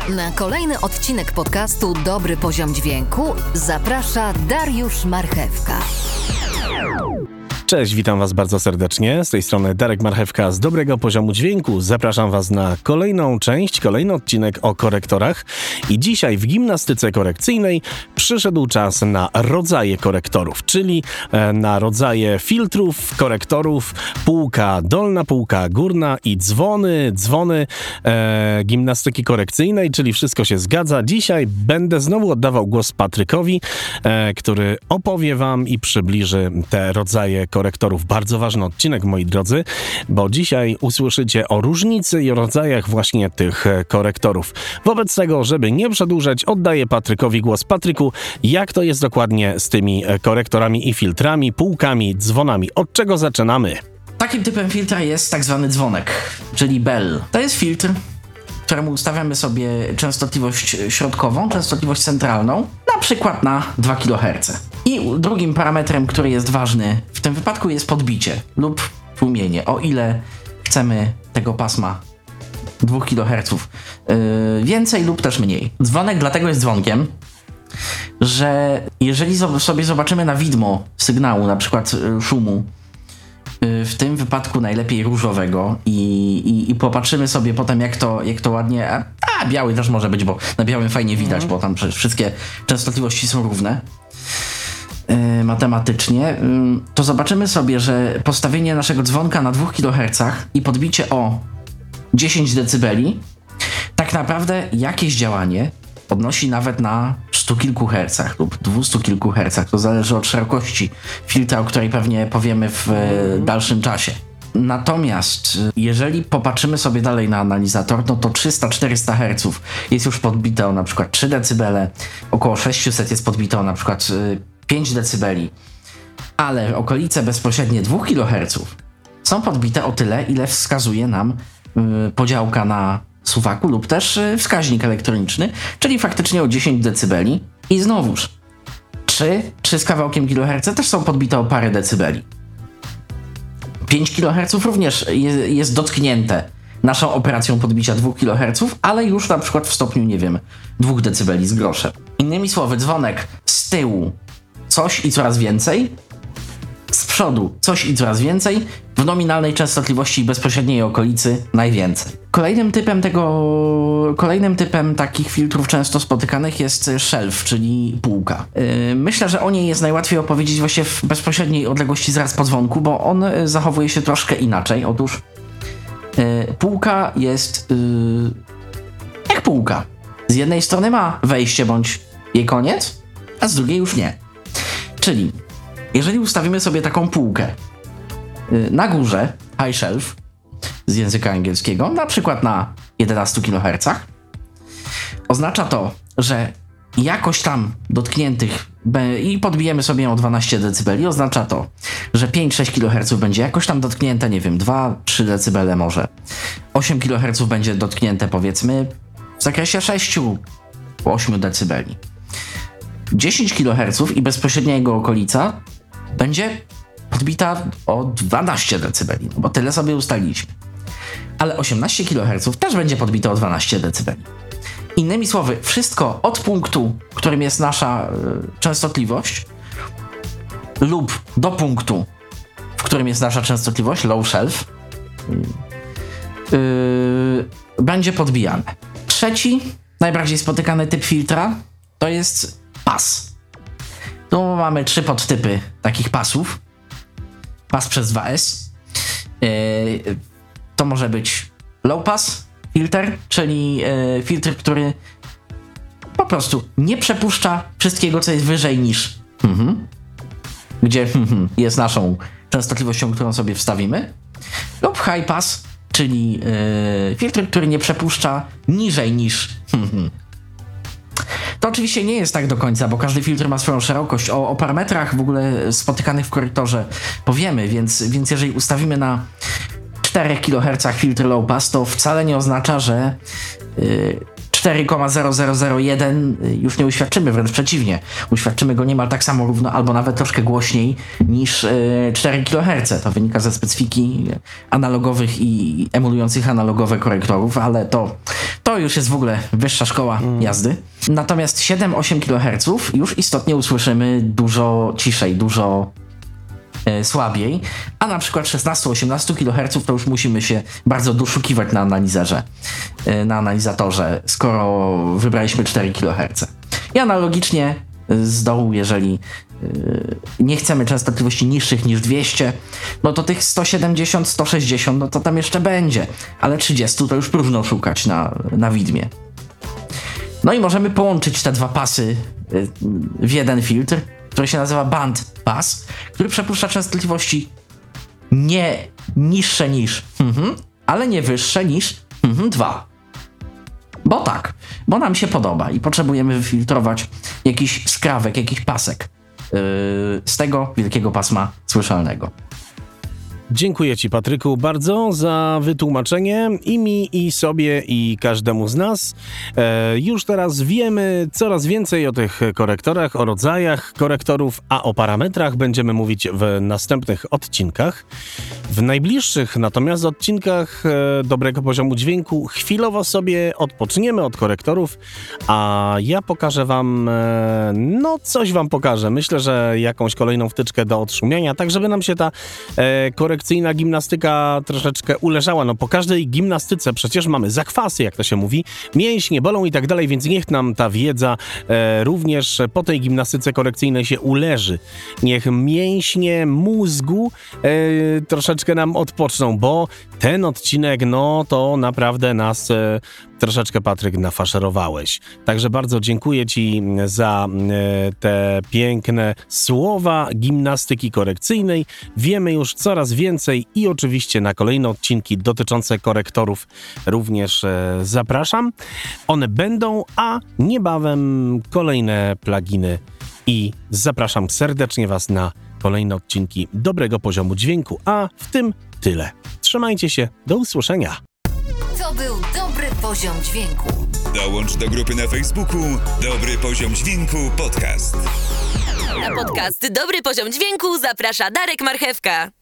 Na kolejny odcinek podcastu Dobry Poziom Dźwięku zaprasza Dariusz Marchewka. Cześć, witam Was bardzo serdecznie. Z tej strony Darek Marchewka z Dobrego Poziomu Dźwięku. Zapraszam Was na kolejną część, kolejny odcinek o korektorach. I dzisiaj w gimnastyce korekcyjnej przyszedł czas na rodzaje korektorów, czyli na rodzaje filtrów, korektorów, półka dolna, półka górna i dzwony gimnastyki korekcyjnej, czyli wszystko się zgadza. Dzisiaj będę znowu oddawał głos Patrykowi, który opowie Wam i przybliży te rodzaje korektorów. Bardzo ważny odcinek, moi drodzy, bo dzisiaj usłyszycie o różnicy i o rodzajach właśnie tych korektorów. Wobec tego, żeby nie przedłużać, oddaję Patrykowi głos. Patryku, jak to jest dokładnie z tymi korektorami i filtrami, półkami, dzwonami? Od czego zaczynamy? Takim typem filtra jest tak zwany dzwonek, czyli bell. To jest filtr, któremu ustawiamy sobie częstotliwość środkową, częstotliwość centralną, na przykład na 2 kHz. I drugim parametrem, który jest ważny w tym wypadku, jest podbicie lub tłumienie, o ile chcemy tego pasma 2 kHz więcej lub też mniej. Dzwonek dlatego jest dzwonkiem, że jeżeli sobie zobaczymy na widmo sygnału, na przykład szumu, w tym wypadku najlepiej różowego i popatrzymy sobie potem jak to ładnie, biały też może być, bo na białym fajnie widać, bo tam wszystkie częstotliwości są równe matematycznie, to zobaczymy sobie, że postawienie naszego dzwonka na 2 kHz i podbicie o 10 dB tak naprawdę jakieś działanie odnosi nawet na 100 kilku hercach lub 200 kilku hercach. To zależy od szerokości filtra, o której pewnie powiemy w dalszym czasie. Natomiast jeżeli popatrzymy sobie dalej na analizator, no to 300-400 Hz jest już podbite o na przykład 3 dB, około 600 jest podbite o na przykład 5 dB, ale okolice bezpośrednie 2 kHz są podbite o tyle, ile wskazuje nam podziałka na suwaku lub też wskaźnik elektroniczny, czyli faktycznie o 10 dB. I znowuż 3 z kawałkiem kHz też są podbite o parę decybeli. 5 kHz również jest dotknięte naszą operacją podbicia 2 kHz, ale już na przykład w stopniu, nie wiem, 2 dB z groszem. Innymi słowy, dzwonek z tyłu coś i coraz więcej, z przodu coś i coraz więcej, w nominalnej częstotliwości i bezpośredniej okolicy najwięcej. Kolejnym typem takich filtrów często spotykanych jest shelf, czyli półka. Myślę, że o niej jest najłatwiej opowiedzieć właśnie w bezpośredniej odległości zaraz po dzwonku, bo on zachowuje się troszkę inaczej. Otóż półka jest jak półka. Z jednej strony ma wejście bądź jej koniec, a z drugiej już nie. Czyli jeżeli ustawimy sobie taką półkę na górze, high shelf z języka angielskiego, na przykład na 11 kHz, oznacza to, że jakoś tam dotkniętych i podbijemy sobie o 12 dB, oznacza to, że 5-6 kHz będzie jakoś tam dotknięte, nie wiem, 2-3 dB może. 8 kHz będzie dotknięte, powiedzmy, w zakresie 6-8 dB. 10 kHz i bezpośrednia jego okolica będzie podbita o 12 dB, no bo tyle sobie ustaliliśmy. Ale 18 kHz też będzie podbite o 12 dB. Innymi słowy, wszystko od punktu, którym jest nasza częstotliwość, lub do punktu, w którym jest nasza częstotliwość, low shelf, będzie podbijane. Trzeci, najbardziej spotykany typ filtra to jest pas. Tu mamy 3 podtypy takich pasów. Pas przez 2S. To może być low pass filter, czyli filtr, który po prostu nie przepuszcza wszystkiego, co jest wyżej niż gdzie jest naszą częstotliwością, którą sobie wstawimy. Lub high pass, czyli filtr, który nie przepuszcza niżej niż To oczywiście nie jest tak do końca, bo każdy filtr ma swoją szerokość. O parametrach w ogóle spotykanych w korektorze powiemy, więc jeżeli ustawimy na 4 kHz filtr low pass, to wcale nie oznacza, że 4,0001 już nie uświadczymy, wręcz przeciwnie. Uświadczymy go niemal tak samo równo, albo nawet troszkę głośniej niż 4 kHz. To wynika ze specyfiki analogowych i emulujących analogowe korektorów, ale to już jest w ogóle wyższa szkoła jazdy. Natomiast 7-8 kHz już istotnie usłyszymy dużo ciszej, dużo słabiej, a na przykład 16-18 kHz to już musimy się bardzo doszukiwać na analizatorze, skoro wybraliśmy 4 kHz. I analogicznie z dołu, jeżeli nie chcemy częstotliwości niższych niż 200, no to tych 170, 160, no to tam jeszcze będzie, ale 30 to już próżno szukać na widmie. No i możemy połączyć te dwa pasy w jeden filtr, który się nazywa band pass, który przepuszcza częstotliwości nie niższe niż ale nie wyższe niż 2. Bo nam się podoba i potrzebujemy wyfiltrować jakiś skrawek, jakiś pasek z tego wielkiego pasma słyszalnego. Dziękuję Ci, Patryku, bardzo za wytłumaczenie i mi, i sobie, i każdemu z nas. Już teraz wiemy coraz więcej o tych korektorach, o rodzajach korektorów, a o parametrach będziemy mówić w następnych odcinkach. W najbliższych natomiast odcinkach dobrego poziomu dźwięku chwilowo sobie odpoczniemy od korektorów, a ja pokażę Wam, coś Wam pokażę. Myślę, że jakąś kolejną wtyczkę do odszumiania, tak żeby nam się ta korekcyjna gimnastyka troszeczkę uleżała. No po każdej gimnastyce przecież mamy zakwasy, jak to się mówi, mięśnie bolą i tak dalej, więc niech nam ta wiedza również po tej gimnastyce korekcyjnej się uleży. Niech mięśnie mózgu troszeczkę nam odpoczną, bo ten odcinek, to naprawdę nas troszeczkę, Patryk, nafaszerowałeś. Także bardzo dziękuję Ci za te piękne słowa gimnastyki korekcyjnej. Wiemy już coraz więcej i oczywiście na kolejne odcinki dotyczące korektorów również zapraszam. One będą, a niebawem kolejne pluginy i zapraszam serdecznie Was na kolejne odcinki dobrego poziomu dźwięku, a w tym tyle. Trzymajcie się, do usłyszenia. To był Dobry Poziom Dźwięku. Dołącz do grupy na Facebooku Dobry Poziom Dźwięku Podcast. Na podcast Dobry Poziom Dźwięku zaprasza Darek Marchewka.